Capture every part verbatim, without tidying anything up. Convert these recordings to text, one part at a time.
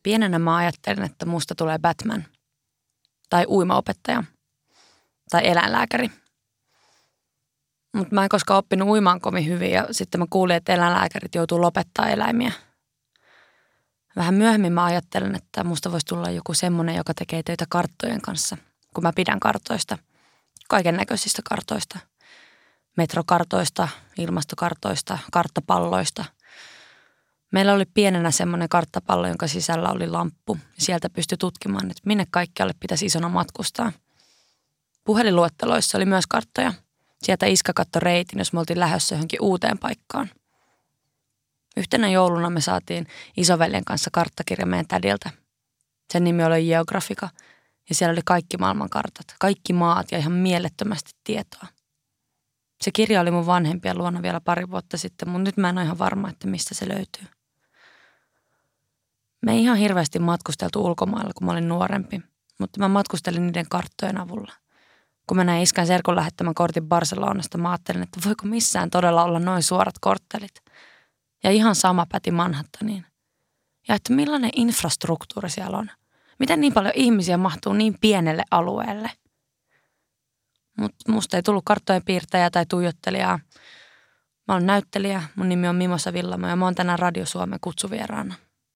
Pienenä mä ajattelin, että musta tulee Batman tai uimaopettaja tai eläinlääkäri. Mutta mä en koskaan oppinut uimaan kovin hyvin ja sitten mä kuulin, että eläinlääkärit joutuu lopettaa eläimiä. Vähän myöhemmin mä ajattelen, että musta voisi tulla joku semmoinen, joka tekee töitä karttojen kanssa, kun mä pidän kartoista, kaiken näköisistä kartoista. Metrokartoista, ilmastokartoista, karttapalloista. Meillä oli pienenä semmoinen karttapallo, jonka sisällä oli lamppu. Sieltä pystyi tutkimaan, että minne kaikkialle pitäisi isona matkustaa. Puhelinluetteloissa oli myös karttoja. Sieltä iskä katsoi reitin, jos me oltiin lähdössä johonkin uuteen paikkaan. Yhtenä jouluna me saatiin isoveljen kanssa karttakirja meidän tädiltä. Sen nimi oli Geographica ja siellä oli kaikki maailman kartat, kaikki maat ja ihan mielettömästi tietoa. Se kirja oli mun vanhempien luona vielä pari vuotta sitten, mutta nyt mä en ole ihan varma, että mistä se löytyy. Me ei ihan hirveästi matkusteltu ulkomailla, kun mä olin nuorempi, mutta mä matkustelin niiden karttojen avulla. Kun mä näin iskän serkun lähettämän kortin Barcelonasta, mä ajattelin, että voiko missään todella olla noin suorat korttelit. Ja ihan sama päti Manhattaniin. Ja että millainen infrastruktuuri siellä on. Miten niin paljon ihmisiä mahtuu niin pienelle alueelle. Mutta musta ei tullut karttojen piirtäjää tai tuijottelijaa. Mä oon näyttelijä, mun nimi on Mimosa Villamo ja mä oon tänään Radio Suomen kutsuvieraana.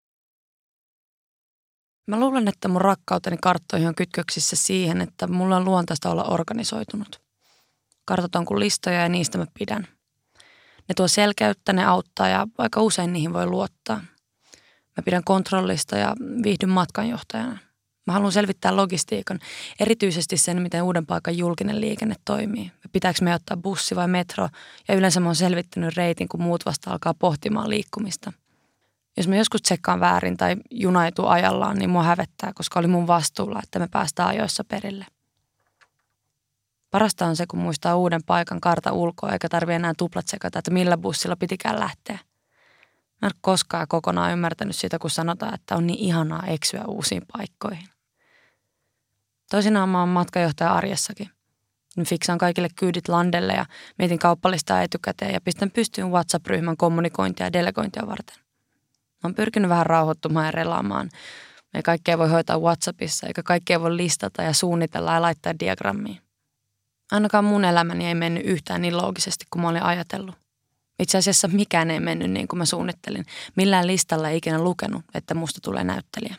Mä luulen, että mun rakkauteni karttoihin on kytköksissä siihen, että mulla on luontaista olla organisoitunut. Kartat on kuin listoja ja niistä mä pidän. Ne tuo selkeyttä, ne auttaa ja aika usein niihin voi luottaa. Mä pidän kontrollista ja viihdyn matkanjohtajana. Mä haluan selvittää logistiikan, erityisesti sen, miten uuden paikan julkinen liikenne toimii. Pitääkö me ottaa bussi vai metro ja yleensä mä oon selvittänyt reitin, kun muut vasta alkaa pohtimaan liikkumista. Jos mä joskus tsekkaan väärin tai juna ei tule ajallaan, niin mua hävettää, koska oli mun vastuulla, että me päästään ajoissa perille. Parasta on se, kun muistaa uuden paikan karta ulkoa, eikä tarvitse enää tuplat sekata, että millä bussilla pitikään lähteä. Mä en ole koskaan kokonaan ymmärtänyt sitä, kun sanotaan, että on niin ihanaa eksyä uusiin paikkoihin. Toisinaan mä oon matkajohtaja arjessakin. Fiksaan kaikille kyydit landelle ja mietin kauppalistaa etukäteen ja pistän pystyyn WhatsApp-ryhmän kommunikointia ja delegointia varten. Mä oon pyrkinyt vähän rauhoittumaan ja relaamaan. Ei kaikkea voi hoitaa WhatsAppissa, eikä kaikkea voi listata ja suunnitella ja laittaa diagrammiin. Ainakaan mun elämäni ei mennyt yhtään niin loogisesti kuin mä olin ajatellut. Itse asiassa mikään ei mennyt niin kuin mä suunnittelin. Millään listalla ei ikinä lukenut, että musta tulee näyttelijä.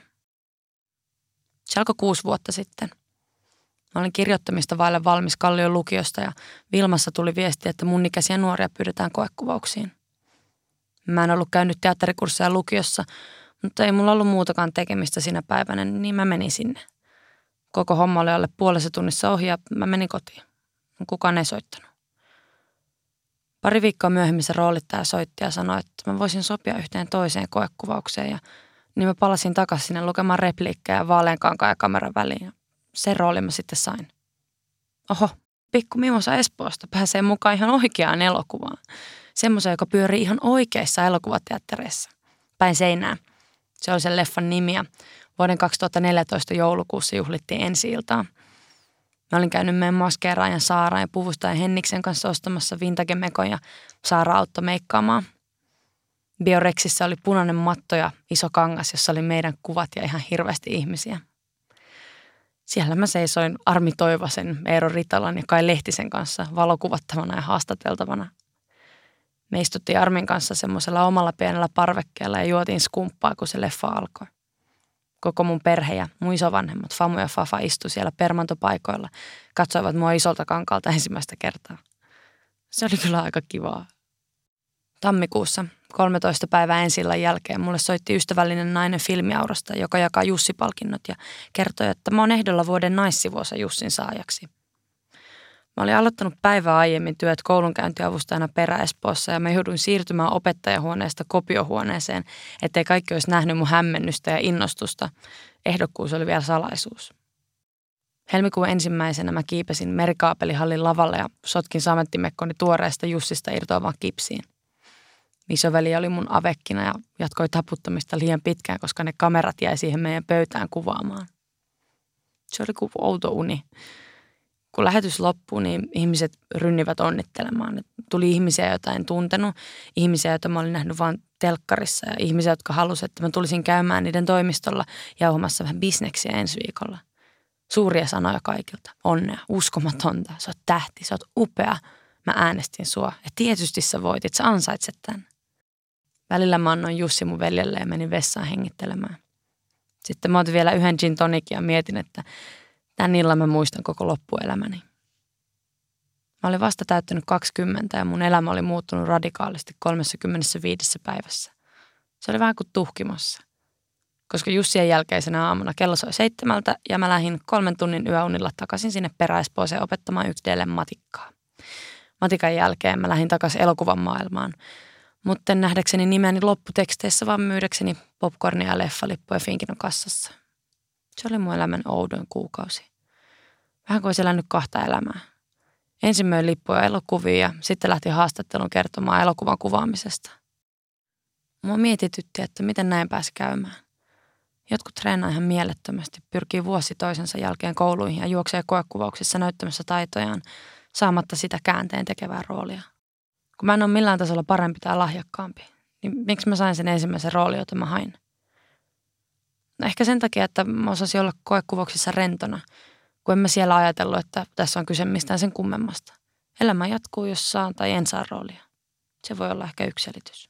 Se alkoi kuusi vuotta sitten. Mä olin kirjoittamista vaille valmis Kallion lukiosta ja Vilmassa tuli viesti, että mun ikäisiä nuoria pyydetään koekuvauksiin. Mä en ollut käynyt teatterikursseja lukiossa, mutta ei mulla ollut muutakaan tekemistä siinä päivänä, niin mä menin sinne. Koko homma oli alle puolessa tunnissa ohi ja mä menin kotiin. Kukaan ei soittanut. Pari viikkoa myöhemmin se roolittaja soitti ja sanoi, että mä voisin sopia yhteen toiseen koekuvaukseen ja niin mä palasin takaisin sinne lukemaan repliikkejä vaaleankankaan ja kameran väliin ja sen roolin mä sitten sain. Oho, pikku Mimosa Espoosta pääsee mukaan ihan oikeaan elokuvaan. Semmoisen, joka pyörii ihan oikeissa elokuvateattereissa. Päin seinää. Se oli sen leffan nimi ja vuoden kaksituhattaneljätoista joulukuussa juhlittiin ensi-iltaa. Mä olin käynyt meidän maskeeraajan Saaraan ja puvustajan Henniksen kanssa ostamassa vintage-mekon ja Saara auttoi meikkaamaan. Biorexissä oli punainen matto ja iso kangas, jossa oli meidän kuvat ja ihan hirveästi ihmisiä. Siellä mä seisoin Armi Toivasen, Eero Ritalan ja Kai Lehtisen kanssa valokuvattavana ja haastateltavana. Me istuttiin Armin kanssa semmoisella omalla pienellä parvekkeella ja juotiin skumppaa, kun se leffa alkoi. Koko mun perhe ja mun isovanhemmat, Famu ja Fafa, istui siellä permantopaikoilla, katsoivat mua isolta kankalta ensimmäistä kertaa. Se oli kyllä aika kivaa. Tammikuussa, kolmetoista päivää ensi-illan jälkeen, mulle soitti ystävällinen nainen Filmiaurosta, joka jakaa Jussi-palkinnot ja kertoi, että mä oon ehdolla vuoden naissivuosa Jussin saajaksi. Mä olin aloittanut päivää aiemmin työt koulunkäyntiavustajana Perä-Espoossa ja mä jouduin siirtymään opettajahuoneesta kopiohuoneeseen, ettei kaikki olisi nähnyt mun hämmennystä ja innostusta. Ehdokkuus oli vielä salaisuus. Helmikuun ensimmäisenä mä kiipesin merikaapelihallin lavalle ja sotkin samettimekkoni tuoreesta Jussista irtoavaan kipsiin. Isoveli oli mun avekkina ja jatkoi taputtamista liian pitkään, koska ne kamerat jäi siihen meidän pöytään kuvaamaan. Se oli kuin outo uni. Kun lähetys loppui, niin ihmiset rynnivät onnittelemaan. Tuli ihmisiä, joita en tuntenut, ihmisiä, joita mä olin nähnyt vain telkkarissa ja ihmisiä, jotka halusivat, että mä tulisin käymään niiden toimistolla jauhamassa vähän bisneksiä ensi viikolla. Suuria sanoja kaikilta. Onnea, uskomatonta, sä oot tähti, sä oot upea. Mä äänestin sua ja tietysti sä voitit, sä ansaitset tän. Välillä mä annoin Jussi mun veljelle ja menin vessaan hengittelemään. Sitten mä otin vielä yhden gin tonikin ja mietin, että tän illan mä muistan koko loppuelämäni. Mä olin vasta täyttänyt kaksikymmentä ja mun elämä oli muuttunut radikaalisti kolmekymmentäviisi päivässä. Se oli vähän kuin tuhkimossa. Koska Jussien jälkeisenä aamuna kello soi seitsemältä ja mä lähdin kolmen tunnin yöunilla takaisin sinne Perä-Espooseen opettamaan yksi matikkaa. Matikan jälkeen mä lähdin takaisin elokuvan maailmaan, mutta en nähdäkseni nimeäni lopputeksteissä, vaan myydäkseni popcornia ja leffalippuja Finkinon kassassa. Se oli mun elämän oudoin kuukausi. Vähän kuin olisi elänyt kahta elämää. Ensin möin lippuja elokuviin ja sitten lähti haastattelun kertomaan elokuvan kuvaamisesta. Mua mietitytti, että miten näin pääsi käymään. Jotkut treenaa ihan mielettömästi, pyrkii vuosi toisensa jälkeen kouluihin ja juoksee koekuvauksissa näyttämässä taitojaan, saamatta sitä käänteen tekevää roolia. Kun mä en ole millään tasolla parempi tai lahjakkaampi, niin miksi mä sain sen ensimmäisen roolin, jota mä hain? No ehkä sen takia, että mä osasin olla koekuvauksissa rentona, kun en mä siellä ajatellut, että tässä on kyse mistään sen kummemmasta. Elämä jatkuu, jos saan tai en saa roolia. Se voi olla ehkä yksi selitys.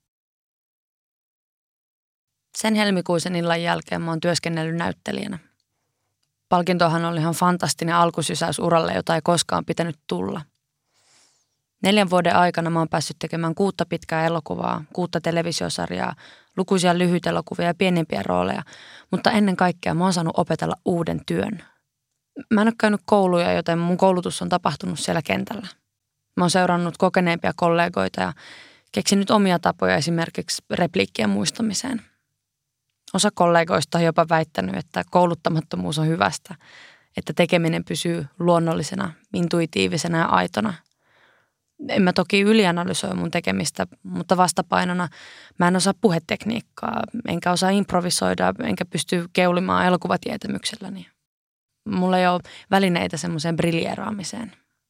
Sen helmikuisen illan jälkeen mä oon työskennellyt näyttelijänä. Palkintohan oli ihan fantastinen alkusysäys uralle, jota ei koskaan pitänyt tulla. Neljän vuoden aikana mä oon päässyt tekemään kuutta pitkää elokuvaa, kuutta televisiosarjaa, lukuisia lyhytelokuvia ja pienempiä rooleja, mutta ennen kaikkea mä oon saanut opetella uuden työn. Mä en ole käynyt kouluja, joten mun koulutus on tapahtunut siellä kentällä. Mä oon seurannut kokeneempia kollegoita ja keksinyt omia tapoja esimerkiksi repliikkien muistamiseen. Osa kollegoista on jopa väittänyt, että kouluttamattomuus on hyvästä, että tekeminen pysyy luonnollisena, intuitiivisena ja aitona. En mä toki ylianalysoi mun tekemistä, mutta vastapainona mä en osaa puhetekniikkaa, enkä osaa improvisoida, enkä pysty keulimaan elokuvatietämykselläni. Mulla ei ole välineitä semmoiseen briljeeraamiseen.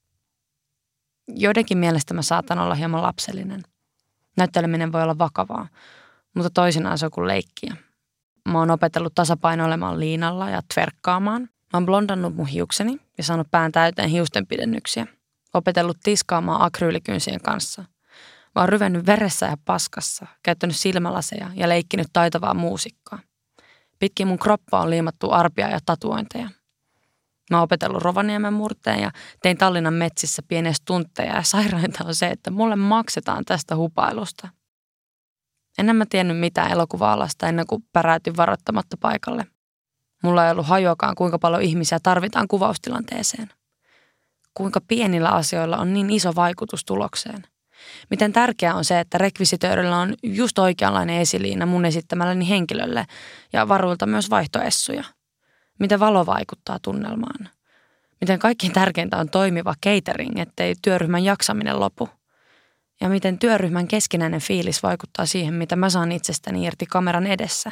Joidenkin mielestä mä saatan olla hieman lapsellinen. Näytteleminen voi olla vakavaa, mutta toisinaan se on kuin leikkiä. Mä oon opetellut tasapainoilemaan liinalla ja tverkkaamaan. Mä oon blondannut mun hiukseni ja saanut pään täyteen hiustenpidennyksiä. Opetellut tiskaamaan akryylikynsien kanssa. Mä oon ryvennyt veressä ja paskassa, käyttänyt silmälaseja ja leikkinyt taitavaa muusikkaa. Pitkin mun kroppa on liimattu arpia ja tatuointeja. Mä oon opetellut Rovaniemen murteen ja tein Tallinnan metsissä pieniä stuntteja ja sairainta on se, että mulle maksetaan tästä hupailusta. En mä tiennyt mitään elokuva-alasta ennen kuin päräytin varoittamatta paikalle. Mulla ei ollut hajuakaan, kuinka paljon ihmisiä tarvitaan kuvaustilanteeseen. Kuinka pienillä asioilla on niin iso vaikutus tulokseen. Miten tärkeää on se, että rekvisitöörillä on just oikeanlainen esiliina mun esittämälläni henkilölle ja varuilta myös vaihtoessuja. Miten valo vaikuttaa tunnelmaan. Miten kaikkein tärkeintä on toimiva catering, ettei työryhmän jaksaminen lopu. Ja miten työryhmän keskinäinen fiilis vaikuttaa siihen, mitä mä saan itsestäni irti kameran edessä.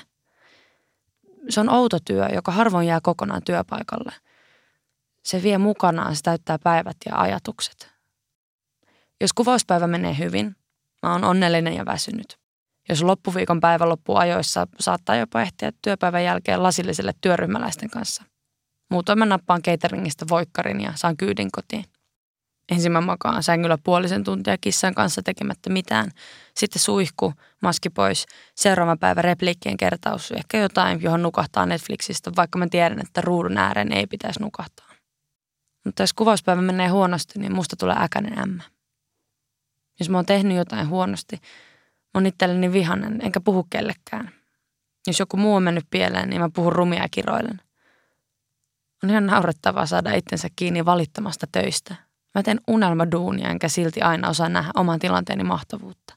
Se on outo työ, joka harvoin jää kokonaan työpaikalle. Se vie mukanaan, se täyttää päivät ja ajatukset. Jos kuvauspäivä menee hyvin, mä oon onnellinen ja väsynyt. Jos loppuviikon päivä loppuu ajoissa, saattaa jopa ehtiä työpäivän jälkeen lasilliselle työryhmäläisten kanssa. Muutoin mä nappaan cateringista voikkarin ja saan kyydin kotiin. Ensin mä makaan sängyllä puolisen tuntia kissan kanssa tekemättä mitään. Sitten suihku, maski pois, seuraava päivä repliikkien kertaus, ehkä jotain, johon nukahtaa Netflixistä, vaikka mä tiedän, että ruudun ääreen ei pitäisi nukahtaa. Mutta jos kuvauspäivä menee huonosti, niin musta tulee äkäinen ämmä. Jos mä oon tehnyt jotain huonosti, mä oon itselleni vihanen, enkä puhu kellekään. Jos joku muu on mennyt pieleen, niin mä puhun rumia ja kiroilen. On ihan naurettavaa saada itsensä kiinni valittamasta töistä. Mä teen unelmaduunia, enkä silti aina osaa nähdä oman tilanteeni mahtavuutta.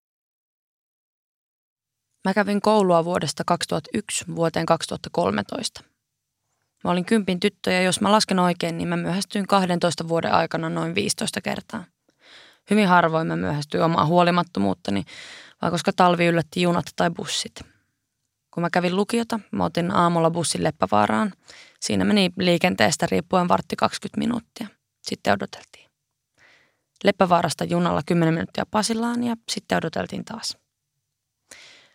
Mä kävin koulua vuodesta kaksituhattayksi vuoteen kaksituhattakolmetoista. Mä olin kympin tyttö ja jos mä lasken oikein, niin mä myöhästyin kahdentoista vuoden aikana noin viisitoista kertaa. Hyvin harvoin mä myöhästyin omaa huolimattomuuttani, vai koska talvi yllätti junat tai bussit. Kun mä kävin lukiota, mä otin aamulla bussin Leppävaaraan. Siinä meni liikenteestä riippuen vartti kaksikymmentä minuuttia. Sitten odoteltiin. Leppävaarasta junalla kymmenen minuuttia Pasilaan ja sitten odoteltiin taas.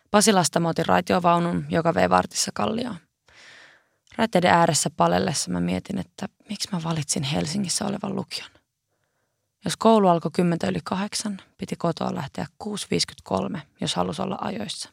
Pasilasta mä otin raitiovaunun, joka vei vartissa Kallioon. Raiteiden ääressä palellessa mä mietin, että miksi mä valitsin Helsingissä olevan lukion. Jos koulu alkoi kymmentä yli kahdeksan, piti kotoa lähteä kuusi viisikymmentäkolme, jos halusi olla ajoissa.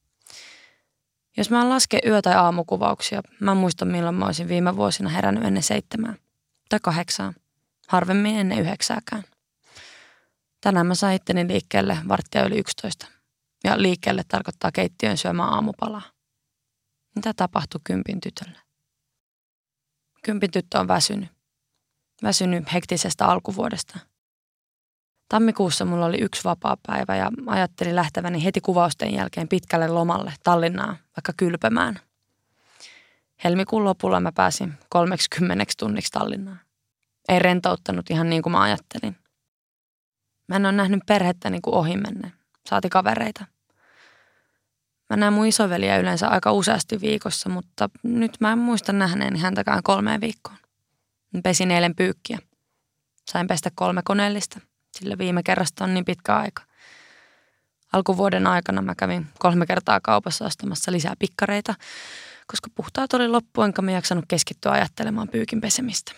Jos mä en laske yö- tai aamukuvauksia, mä muistan milloin mä olisin viime vuosina herännyt ennen seitsemää tai kahdeksaa, harvemmin ennen yhdeksääkään. Tänään mä sain itteni liikkeelle varttia yli yksitoista. Ja liikkeelle tarkoittaa keittiön syömään aamupalaa. Mitä tapahtui kympin tytölle? Kympin tyttö on väsynyt. Väsynyt hektisestä alkuvuodesta. Tammikuussa mulla oli yksi vapaa päivä ja ajattelin lähteväni heti kuvausten jälkeen pitkälle lomalle Tallinnaan, vaikka kylpemään. Helmikuun lopulla mä pääsin kolmeksikymmeneksi tunniksi Tallinnaan. Ei rentouttanut ihan niin kuin mä ajattelin. Mä en ole nähnyt perhettä niin kuin ohimenne, saati kavereita. Mä näen mun isoveliä yleensä aika useasti viikossa, mutta nyt mä en muista nähneeni häntäkään kolmeen viikkoon. Mä pesin eilen pyykkiä. Sain pestä kolme koneellista, sillä viime kerrasta on niin pitkä aika. Alkuvuoden aikana mä kävin kolme kertaa kaupassa ostamassa lisää pikkareita, koska puhtaat oli loppu, enkä mä jaksanut keskittyä ajattelemaan pyykin pesemistä.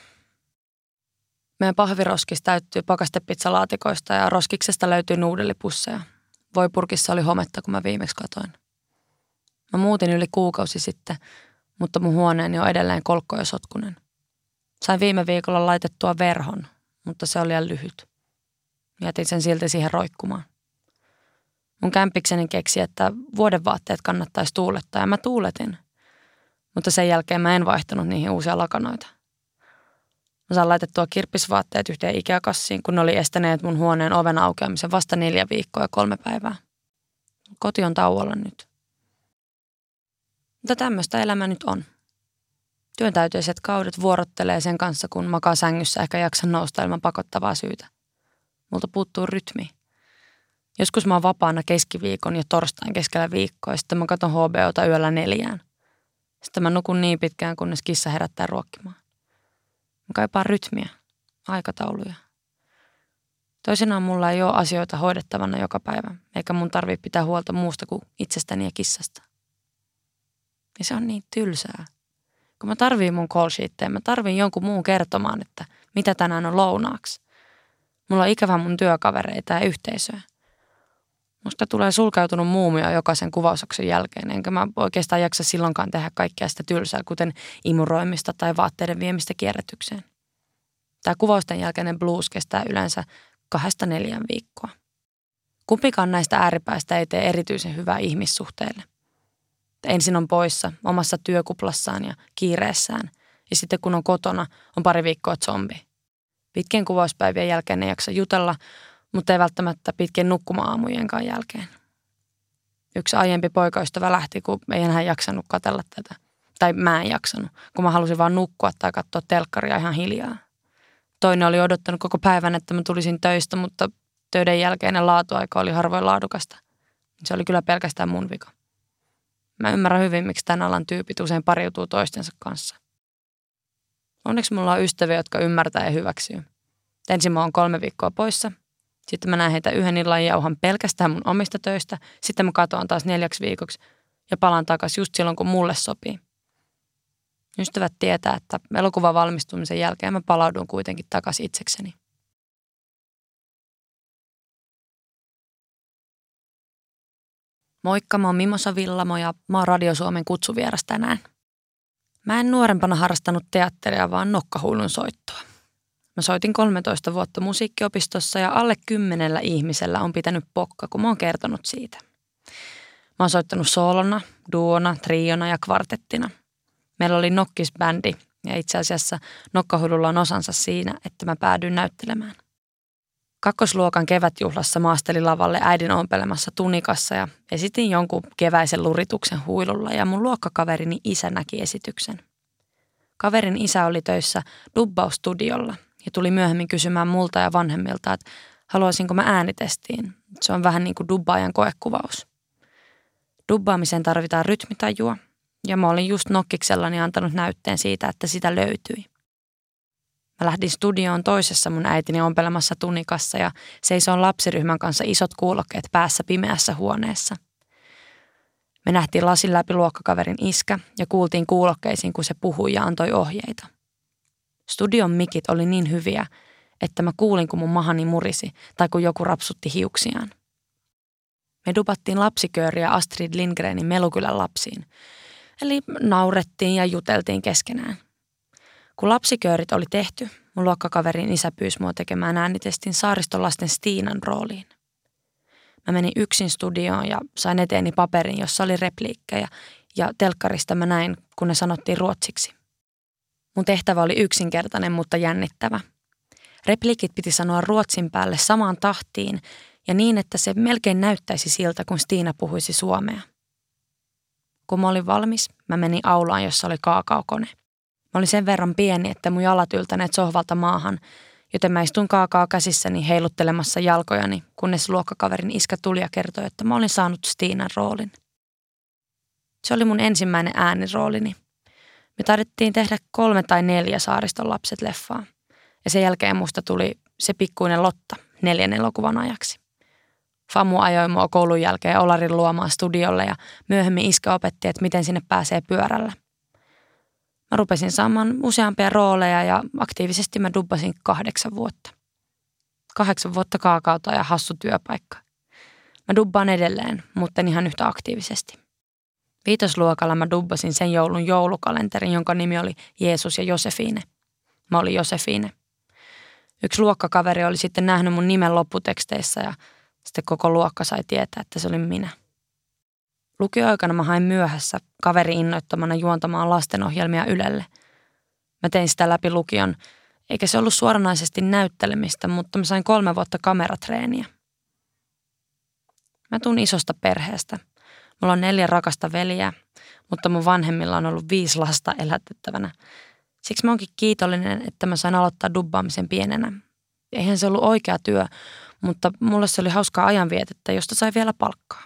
Meidän pahviroskis täyttyy pakastepizzalaatikoista ja roskiksesta löytyy nuudellipusseja. Voipurkissa oli hometta, kun mä viimeksi katoin. Mä muutin yli kuukausi sitten, mutta mun huoneeni on edelleen kolkko ja sotkunen. Sain viime viikolla laitettua verhon, mutta se oli liian lyhyt. Jätin sen silti siihen roikkumaan. Mun kämpikseni keksi, että vuodenvaatteet kannattaisi tuulettaa ja mä tuuletin. Mutta sen jälkeen mä en vaihtanut niihin uusia lakanoita. Mä saan laitettua kirppisvaatteet yhteen Ikea-kassiin, kun ne oli estäneet mun huoneen oven aukeamisen vasta neljä viikkoa ja kolme päivää. Koti on tauolla nyt. Mutta tämmöistä elämä nyt on. Työntäyteiset kaudet vuorottelee sen kanssa, kun makaa sängyssä eikä jaksa nousta ilman pakottavaa syytä. Multa puuttuu rytmi. Joskus mä oon vapaana keskiviikon ja torstain keskellä viikkoa ja sitten mä katon H B O:ta yöllä neljään. Sitten mä nukun niin pitkään, kunnes kissa herättää ruokkimaan. Mä kaipaan rytmiä, aikatauluja. Toisinaan mulla ei ole asioita hoidettavana joka päivä, eikä mun tarvitse pitää huolta muusta kuin itsestäni ja kissasta. Ja se on niin tylsää. Kun mä tarviin mun call sheetteja, mä tarviin jonkun muun kertomaan, että mitä tänään on lounaaksi. Mulla on ikävä mun työkavereita ja yhteisöä. Musta tulee sulkeutunut muumio jokaisen kuvausoksen jälkeen, enkä mä oikeastaan jaksa silloinkaan tehdä kaikkea sitä tylsää, kuten imuroimista tai vaatteiden viemistä kierrätykseen. Tämä kuvausten jälkeinen blues kestää yleensä kahdesta neljään viikkoa. Kumpikaan näistä ääripäistä ei tee erityisen hyvää ihmissuhteille. Ensin on poissa omassa työkuplassaan ja kiireessään, ja sitten kun on kotona, on pari viikkoa zombi. Pitkien kuvauspäivien jälkeen ei jaksa jutella, mutta ei välttämättä pitkien nukkuma-aamujenkaan jälkeen. Yksi aiempi poikaystävä lähti, kun ei enää jaksanut katsella tätä. Tai mä en jaksanut, kun mä halusin vaan nukkua tai katsoa telkkaria ihan hiljaa. Toinen oli odottanut koko päivän, että mä tulisin töistä, mutta töiden jälkeinen laatuaika oli harvoin laadukasta. Se oli kyllä pelkästään mun vika. Mä ymmärrän hyvin, miksi tämän alan tyypit usein pariutuu toistensa kanssa. Onneksi mulla on ystäviä, jotka ymmärtää ja hyväksyy. Ensin mä oon kolme viikkoa poissa. Sitten mä näen heitä yhden illan jauhan pelkästään mun omista töistä. Sitten mä katoan taas neljäksi viikoksi ja palaan takaisin just silloin, kun mulle sopii. Ystävät tietää, että elokuvan valmistumisen jälkeen mä palaudun kuitenkin takaisin itsekseni. Moikka, mä oon Mimosa Villamo ja mä oon Radio Suomen kutsuvieras tänään. Mä en nuorempana harrastanut teatteria, vaan nokkahuilun soittoa. Mä soitin kolmetoista vuotta musiikkiopistossa ja alle kymmenellä ihmisellä on pitänyt pokka, kun mä oon kertonut siitä. Mä oon soittanut soolona, duona, triona ja kvartettina. Meillä oli nokkisbändi ja itse asiassa nokkahuilulla on osansa siinä, että mä päädyin näyttelemään. Kakkosluokan kevätjuhlassa maastelin lavalle äidin ompelemassa tunikassa ja esitin jonkun keväisen lurituksen huilulla ja mun luokkakaverini isä näki esityksen. Kaverin isä oli töissä dubbaustudiolla ja tuli myöhemmin kysymään multa ja vanhemmilta, että haluaisinko mä äänitestiin. Se on vähän niin kuin dubbaajan koekuvaus. Dubbaamiseen tarvitaan rytmitajua ja mä olin just nokkiksellani antanut näytteen siitä, että sitä löytyi. Mä lähdin studioon toisessa mun äitini ompelemassa tunikassa ja seisoin lapsiryhmän kanssa isot kuulokkeet päässä pimeässä huoneessa. Me nähtiin lasin läpi luokkakaverin iskä ja kuultiin kuulokkeisiin, kun se puhui ja antoi ohjeita. Studion mikit oli niin hyviä, että mä kuulin, kun mun mahani murisi tai kun joku rapsutti hiuksiaan. Me dupattiin lapsikööriä Astrid Lindgrenin Melukylän lapsiin, eli naurettiin ja juteltiin keskenään. Kun lapsiköörit oli tehty, mun luokkakaverin isä pyysi mua tekemään äänitestin Saaristolasten Stiinan rooliin. Mä menin yksin studioon ja sain eteeni paperin, jossa oli repliikkejä, ja telkkarista mä näin, kun ne sanottiin ruotsiksi. Mun tehtävä oli yksinkertainen, mutta jännittävä. Repliikit piti sanoa ruotsin päälle samaan tahtiin ja niin, että se melkein näyttäisi siltä, kun Stiina puhuisi suomea. Kun mä olin valmis, mä menin aulaan, jossa oli kaakaokone. Mä olin sen verran pieni, että mun jalat yltäneet sohvalta maahan, joten mä istun kaakao käsissäni heiluttelemassa jalkojani, kunnes luokkakaverin iskä tuli ja kertoi, että mä olin saanut Stiinan roolin. Se oli mun ensimmäinen ääniroolini. Me taidettiin tehdä kolme tai neljä Saariston lapset -leffaa. Ja sen jälkeen musta tuli se pikkuinen Lotta neljän elokuvan ajaksi. Famu ajoi mua koulun jälkeen Olarin luomaan studiolle ja myöhemmin iskä opetti, että miten sinne pääsee pyörällä. Mä rupesin saamaan useampia rooleja ja aktiivisesti mä dubbasin kahdeksan vuotta. Kahdeksan vuotta kaakaota ja hassu työpaikka. Mä dubbaan edelleen, mutta en ihan yhtä aktiivisesti. Viitosluokalla mä dubbasin sen joulun joulukalenterin, jonka nimi oli Jeesus ja Josefine. Mä olin Josefine. Yksi luokkakaveri oli sitten nähnyt mun nimen lopputeksteissä ja sitten koko luokka sai tietää, että se oli minä. Lukio-aikana mä hain myöhässä kaveri innoittamana juontamaan lastenohjelmia Ylelle. Mä tein sitä läpi lukion, eikä se ollut suoranaisesti näyttelemistä, mutta mä sain kolme vuotta kameratreeniä. Mä tuun isosta perheestä. Mulla on neljä rakasta veljeä, mutta mun vanhemmilla on ollut viisi lasta elätettävänä. Siksi mä oonkin kiitollinen, että mä sain aloittaa dubbaamisen pienenä. Eihän se ollut oikea työ, mutta mulle se oli hauskaa ajanvietettä, josta sai vielä palkkaa.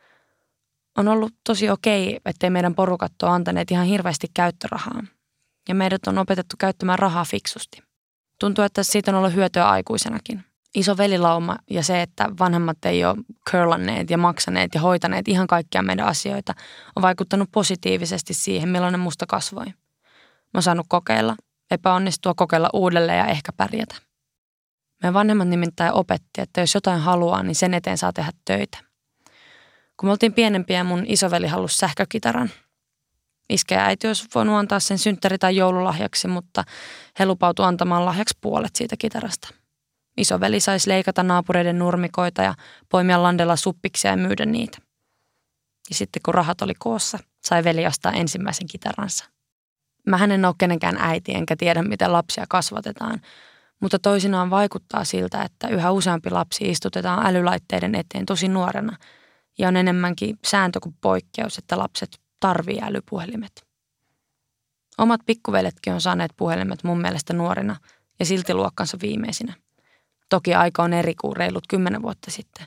On ollut tosi okei, ettei meidän porukat ole antaneet ihan hirveästi käyttörahaa. Ja meidät on opetettu käyttämään rahaa fiksusti. Tuntuu, että siitä on ollut hyötyä aikuisenakin. Iso velilauma ja se, että vanhemmat ei ole curlanneet ja maksaneet ja hoitaneet ihan kaikkia meidän asioita, on vaikuttanut positiivisesti siihen, millainen musta kasvoi. Mä oon saanut kokeilla, epäonnistua, kokeilla uudelleen ja ehkä pärjätä. Meidän vanhemmat nimittäin opetti, että jos jotain haluaa, niin sen eteen saa tehdä töitä. Kun me oltiin pienempiä, mun isoveli halusi sähkökitaran. Iskä ja äiti olisi voinut antaa sen synttäri- tai joululahjaksi, mutta he lupautuivat antamaan lahjaksi puolet siitä kitarasta. Isoveli saisi leikata naapureiden nurmikoita ja poimia landella suppiksia ja myydä niitä. Ja sitten kun rahat oli koossa, sai veli ostaa ensimmäisen kitaransa. Mähän en ole kenenkään äiti enkä tiedä, miten lapsia kasvatetaan, mutta toisinaan vaikuttaa siltä, että yhä useampi lapsi istutetaan älylaitteiden eteen tosi nuorena ja on enemmänkin sääntö kuin poikkeus, että lapset tarvii älypuhelimet. Omat pikkuveletkin on saaneet puhelimet mun mielestä nuorina ja silti luokkansa viimeisinä. Toki aika on eri kuin reilut kymmenen vuotta sitten.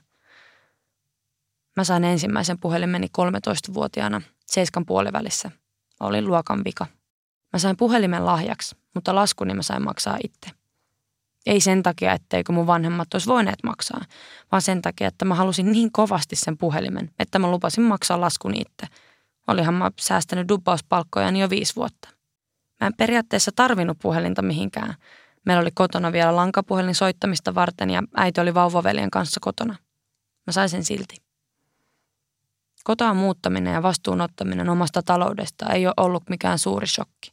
Mä sain ensimmäisen puhelimeni kolmetoistavuotiaana seiskan puolivälissä. Olin luokan vika. Mä sain puhelimen lahjaksi, mutta laskuni mä sain maksaa itse. Ei sen takia, etteikö mun vanhemmat olisi voineet maksaa, vaan sen takia, että mä halusin niin kovasti sen puhelimen, että mä lupasin maksaa laskuni itse. Olihan mä säästänyt dubbauspalkkojani jo viisi vuotta. Mä en periaatteessa tarvinnut puhelinta mihinkään. Meillä oli kotona vielä lankapuhelin soittamista varten ja äiti oli vauvaveljen kanssa kotona. Mä sain sen silti. Kotoa muuttaminen ja vastuunottaminen omasta taloudesta ei ole ollut mikään suuri shokki.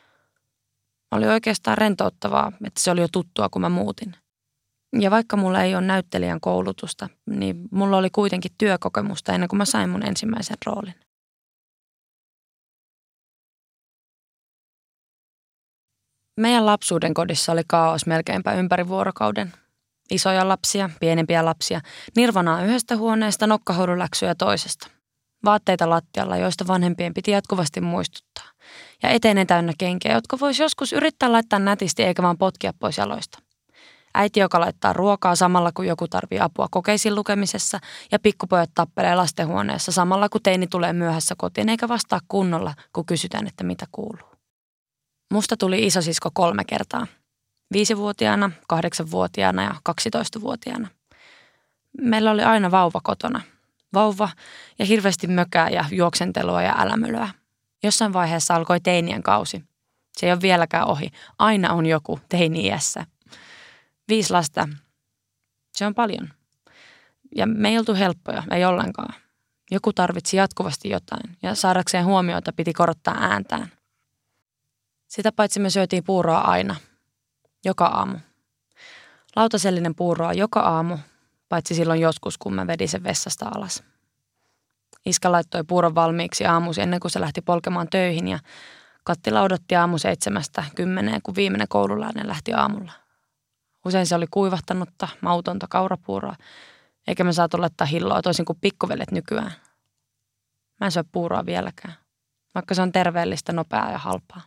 Oli oikeastaan rentouttavaa, että se oli jo tuttua, kun mä muutin. Ja vaikka mulla ei ole näyttelijän koulutusta, niin mulla oli kuitenkin työkokemusta ennen kuin mä sain mun ensimmäisen roolin. Meidän lapsuuden kodissa oli kaos melkeinpä ympäri vuorokauden. Isoja lapsia, pienempiä lapsia, nirvanaa yhdestä huoneesta, nokkahouduläksyjä toisesta. Vaatteita lattialla, joista vanhempien piti jatkuvasti muistuttaa. Ja eteinen täynnä kenkiä, jotka voisi joskus yrittää laittaa nätisti eikä vaan potkia pois jaloista. Äiti, joka laittaa ruokaa samalla kun joku tarvii apua kokeisiin lukemisessa ja pikkupojat tappelee lastenhuoneessa samalla kun teini tulee myöhässä kotiin eikä vastaa kunnolla, kun kysytään, että mitä kuuluu. Musta tuli isosisko kolme kertaa. Viisivuotiaana, kahdeksanvuotiaana ja kaksitoistavuotiaana. Meillä oli aina vauva kotona. vauva ja hirveästi mökää ja juoksentelua ja älämölöä. Jossain vaiheessa alkoi teinien kausi. Se ei ole vieläkään ohi. Aina on joku teini-iässä. Viisi lasta. Se on paljon. Ja me ei oltu helppoja, ei ollenkaan. Joku tarvitsi jatkuvasti jotain ja saadakseen huomiota piti korottaa ääntään. Sitä paitsi me syötiin puuroa aina. Joka aamu. Lautasellinen puuroa joka aamu, paitsi silloin joskus, kun mä vedin sen vessasta alas. Iskä laittoi puuron valmiiksi aamuisin ennen kuin se lähti polkemaan töihin ja kattila odotti aamu seitsemästä kymmeneen, kun viimeinen koululainen lähti aamulla. Usein se oli kuivahtanutta, mautonta kaurapuuroa, eikä me saatu laittaa hilloa toisin kuin pikkuvelet nykyään. Mä en syö puuroa vieläkään, vaikka se on terveellistä, nopeaa ja halpaa.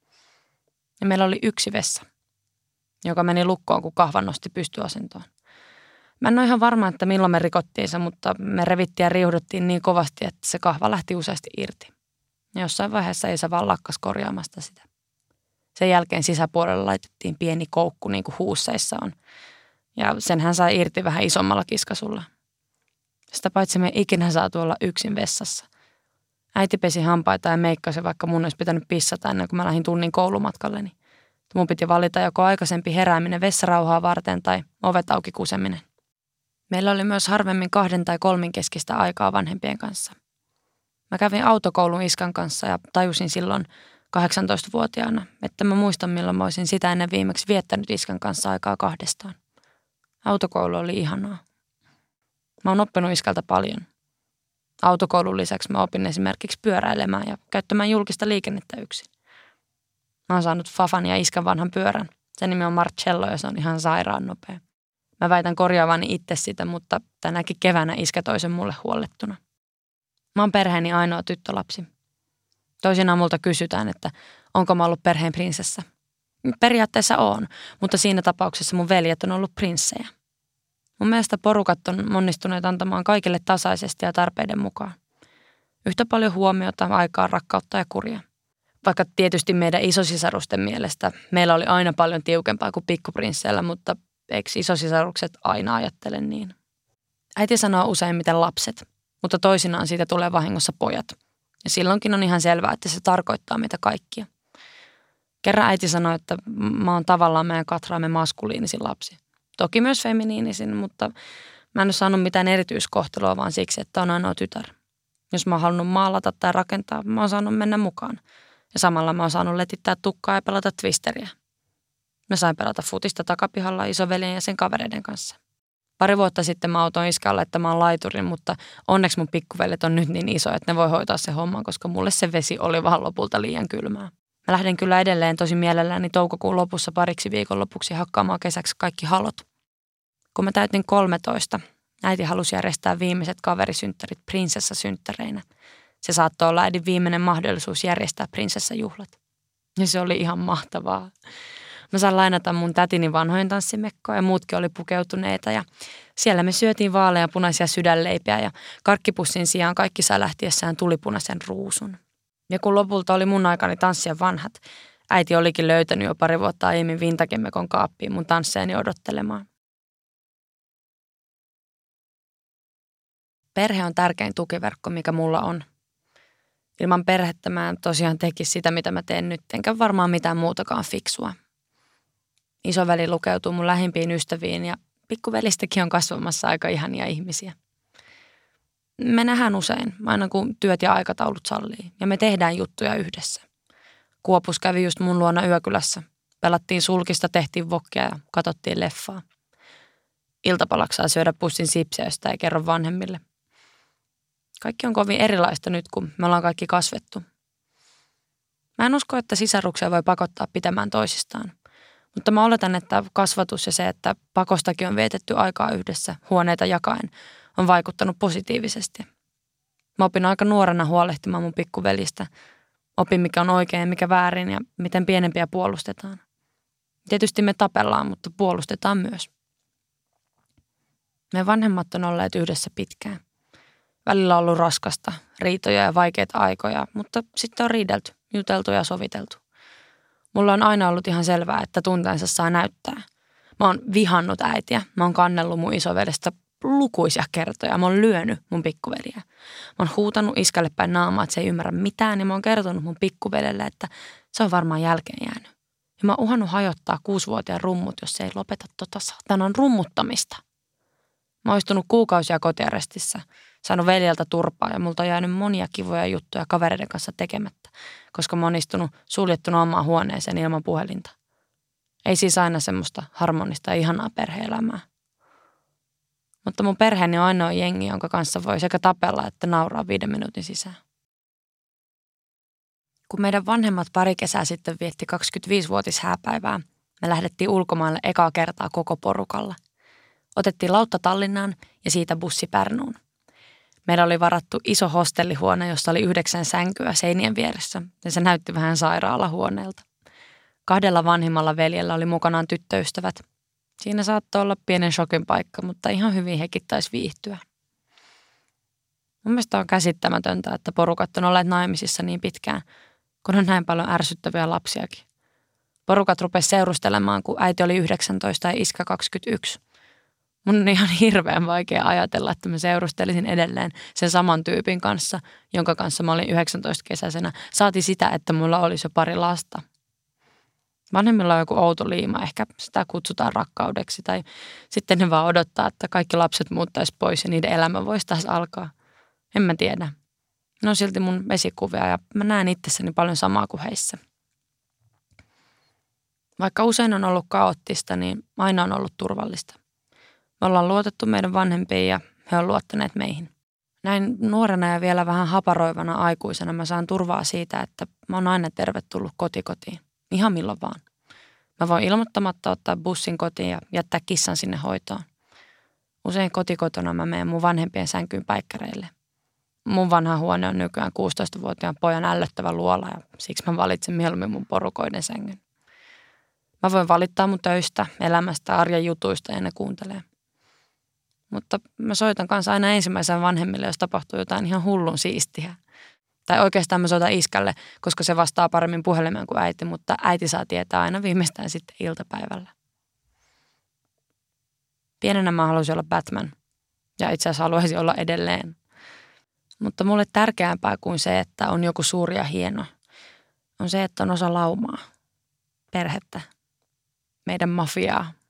Ja meillä oli yksi vessa, joka meni lukkoon, kun kahva nosti pystyasentoon. Mä en ole ihan varma, että milloin me rikottiin se, mutta me revittiin ja riuhduttiin niin kovasti, että se kahva lähti useasti irti. Ja jossain vaiheessa Isa vaan lakkas korjaamasta sitä. Sen jälkeen sisäpuolella laitettiin pieni koukku, niin kuin huusseissa on. Ja sen hän sai irti vähän isommalla kiskasulla. Sitä paitsi me ikinä saatu olla yksin vessassa. Äiti pesi hampaita ja meikkasi, vaikka mun olisi pitänyt pissata ennen kuin mä lähdin tunnin koulumatkalleni. Mun piti valita joko aikaisempi herääminen vessarauhaa varten tai ovet auki kuseminen. Meillä oli myös harvemmin kahden tai kolminkeskistä aikaa vanhempien kanssa. Mä kävin autokoulun iskan kanssa ja tajusin silloin kahdeksantoistavuotiaana, että mä muistan milloin mä olisin sitä ennen viimeksi viettänyt iskan kanssa aikaa kahdestaan. Autokoulu oli ihanaa. Mä oon oppinut iskältä paljon. Autokoulun lisäksi mä opin esimerkiksi pyöräilemään ja käyttämään julkista liikennettä yksin. Mä oon saanut Fafan ja iskän vanhan pyörän. Sen nimi on Marcello ja se on ihan sairaan nopea. Mä väitän korjaavani itse sitä, mutta tänäkin keväänä iskä toi sen mulle huollettuna. Mä oon perheeni ainoa tyttölapsi. Toisinaan multa kysytään, että onko mä ollut perheen prinsessa. Periaatteessa oon, mutta siinä tapauksessa mun veljet on ollut prinssejä. Mun mielestä porukat on onnistuneet antamaan kaikille tasaisesti ja tarpeiden mukaan. Yhtä paljon huomiota, aikaa, rakkautta ja kuria. Vaikka tietysti meidän isosisarusten mielestä meillä oli aina paljon tiukempaa kuin pikkuprinsseillä, mutta eikö isosisarukset aina ajattele niin? Äiti sanoo useimmiten lapset, mutta toisinaan siitä tulee vahingossa pojat. Ja silloinkin on ihan selvää, että se tarkoittaa meitä kaikkia. Kerran äiti sanoi, että mä oon tavallaan meidän Katraamme maskuliinisin lapsi. Toki myös feminiinisin, mutta mä en ole saanut mitään erityiskohtelua vaan siksi, että on ainoa tytär. Jos mä oon halunnut maalata tai rakentaa, mä oon saanut mennä mukaan. Ja samalla mä oon saanut letittää tukkaa ja pelata twisteriä. Mä sain pelata futista takapihalla isoveljen ja sen kavereiden kanssa. Pari vuotta sitten mä autoin iskällä, että mä oon laiturin, mutta onneksi mun pikkuveljet on nyt niin iso, että ne voi hoitaa se homman, koska mulle se vesi oli vaan lopulta liian kylmää. Mä lähden kyllä edelleen tosi mielelläni toukokuun lopussa pariksi viikonlopuksi hakkaamaan kesäksi kaikki halot. Kun mä täytin kolmetoista, äiti halusi järjestää viimeiset kaverisynttärit prinsessasynttäreinä. Se saattoi olla äidin viimeinen mahdollisuus järjestää prinsessajuhlat. Ja se oli ihan mahtavaa. Mä sain lainata mun tätini vanhojen tanssimekkoa ja muutkin oli pukeutuneita ja siellä me syötiin vaaleanpunaisia sydänleipiä ja karkkipussin sijaan kaikki sai lähtiessään tulipunaisen ruusun. Ja kun lopulta oli mun aikani tanssia vanhat, äiti olikin löytänyt jo pari vuotta aiemmin vintagemekon kaappiin mun tansseeni odottelemaan. Perhe on tärkein tukiverkko, mikä mulla on. Ilman perhettä mä en tosiaan tekisi sitä, mitä mä teen nyt, enkä varmaan mitään muutakaan fiksua. Isoveli lukeutuu mun lähimpiin ystäviin ja pikkuvelistäkin on kasvamassa aika ihania ihmisiä. Me nähdään usein, aina kun työt ja aikataulut sallii, ja me tehdään juttuja yhdessä. Kuopus kävi just mun luona yökylässä. Pelattiin sulkista, tehtiin vokkia ja katsottiin leffaa. Iltapalaksi saa syödä pussin sipsiä, josta ei kerro vanhemmille. Kaikki on kovin erilaista nyt, kun me ollaan kaikki kasvettu. Mä en usko, että sisaruksia voi pakottaa pitämään toisistaan. Mutta mä oletan, että kasvatus ja se, että pakostakin on vietetty aikaa yhdessä, huoneita jakaen, on vaikuttanut positiivisesti. Mä opin aika nuorena huolehtimaan mun pikkuvelistä. Opin, mikä on oikein ja mikä väärin ja miten pienempiä puolustetaan. Tietysti me tapellaan, mutta puolustetaan myös. Me vanhemmat on olleet yhdessä pitkään. Välillä on ollut raskasta, riitoja ja vaikeita aikoja, mutta sitten on riidelty, juteltu ja soviteltu. Mulla on aina ollut ihan selvää, että tunteensa saa näyttää. Mä oon vihannut äitiä. Mä oon kannellut mun isovedestä lukuisia kertoja. Mä oon lyönyt mun pikkuveliä. Mä oon huutanut iskälle päin naamaa, että se ei ymmärrä mitään. Ja mä oon kertonut mun pikkuvelelle, että se on varmaan jälkeen jäänyt. Ja mä oon uhannut hajottaa kuusivuotiaan rummut, jos se ei lopeta tota saatanan rummuttamista. Mä oon istunut kuukausia kotiarestissa, saanut veljeltä turpaa ja multa on jäänyt monia kivoja juttuja kavereiden kanssa tekemättä, koska mä oon istunut suljettuna omaan huoneeseen ilman puhelinta. Ei siis aina semmoista harmonista ja ihanaa perhe-elämää. Mutta mun perheeni on ainoa jengi, jonka kanssa voi sekä tapella että nauraa viiden minuutin sisään. Kun meidän vanhemmat pari kesää sitten vietti kaksikymmentäviisivuotishääpäivää, me lähdettiin ulkomaille ekaa kertaa koko porukalla. Otettiin lautta Tallinnaan ja siitä bussi Pärnuun. Meillä oli varattu iso hostellihuone, jossa oli yhdeksän sänkyä seinien vieressä ja se näytti vähän sairaalahuoneelta. Kahdella vanhimmalla veljellä oli mukanaan tyttöystävät. Siinä saattoi olla pienen shokin paikka, mutta ihan hyvin hekin taisi viihtyä. Mun mielestä on käsittämätöntä, että porukat on olleet naimisissa niin pitkään, kun on näin paljon ärsyttäviä lapsiakin. Porukat rupesi seurustelemaan, kun äiti oli yhdeksäntoista ja iskä kaksikymmentäyksi. Mun on ihan hirveän vaikea ajatella, että mä seurustelisin edelleen sen saman tyypin kanssa, jonka kanssa mä olin yhdeksäntoista kesäisenä. Saati sitä, että mulla olisi jo pari lasta. Vanhemmilla on joku outo liima, ehkä sitä kutsutaan rakkaudeksi tai sitten ne vaan odottaa, että kaikki lapset muuttaisi pois ja niiden elämä voisi taas alkaa. En mä tiedä. Ne on silti mun esikuvia ja mä näen itsessäni paljon samaa kuin heissä. Vaikka usein on ollut kaoottista, niin aina on ollut turvallista. Me ollaan luotettu meidän vanhempiin ja he on luottaneet meihin. Näin nuorena ja vielä vähän haparoivana aikuisena mä saan turvaa siitä, että mä oon aina tervetullut kotikotiin. Ihan milloin vaan. Mä voin ilmoittamatta ottaa bussin kotiin ja jättää kissan sinne hoitoon. Usein kotikotona mä menen mun vanhempien sänkyyn päikkäreille. Mun vanha huone on nykyään kuusitoistavuotiaan pojan ällöttävä luola ja siksi mä valitsen mieluummin mun porukoiden sängyn. Mä voin valittaa mun töistä, elämästä, arjen jutuista ja ne kuuntelee. Mutta mä soitan kanssa aina ensimmäisen vanhemmille, jos tapahtuu jotain ihan hullun siistiä. Tai oikeastaan mä soitan iskälle, koska se vastaa paremmin puhelimeen kuin äiti, mutta äiti saa tietää aina viimeistään sitten iltapäivällä. Pienenä mä haluaisin olla Batman ja itse asiassa haluaisin olla edelleen. Mutta mulle tärkeämpää kuin se, että on joku suuri ja hieno, on se, että on osa laumaa, perhettä, meidän mafiaa.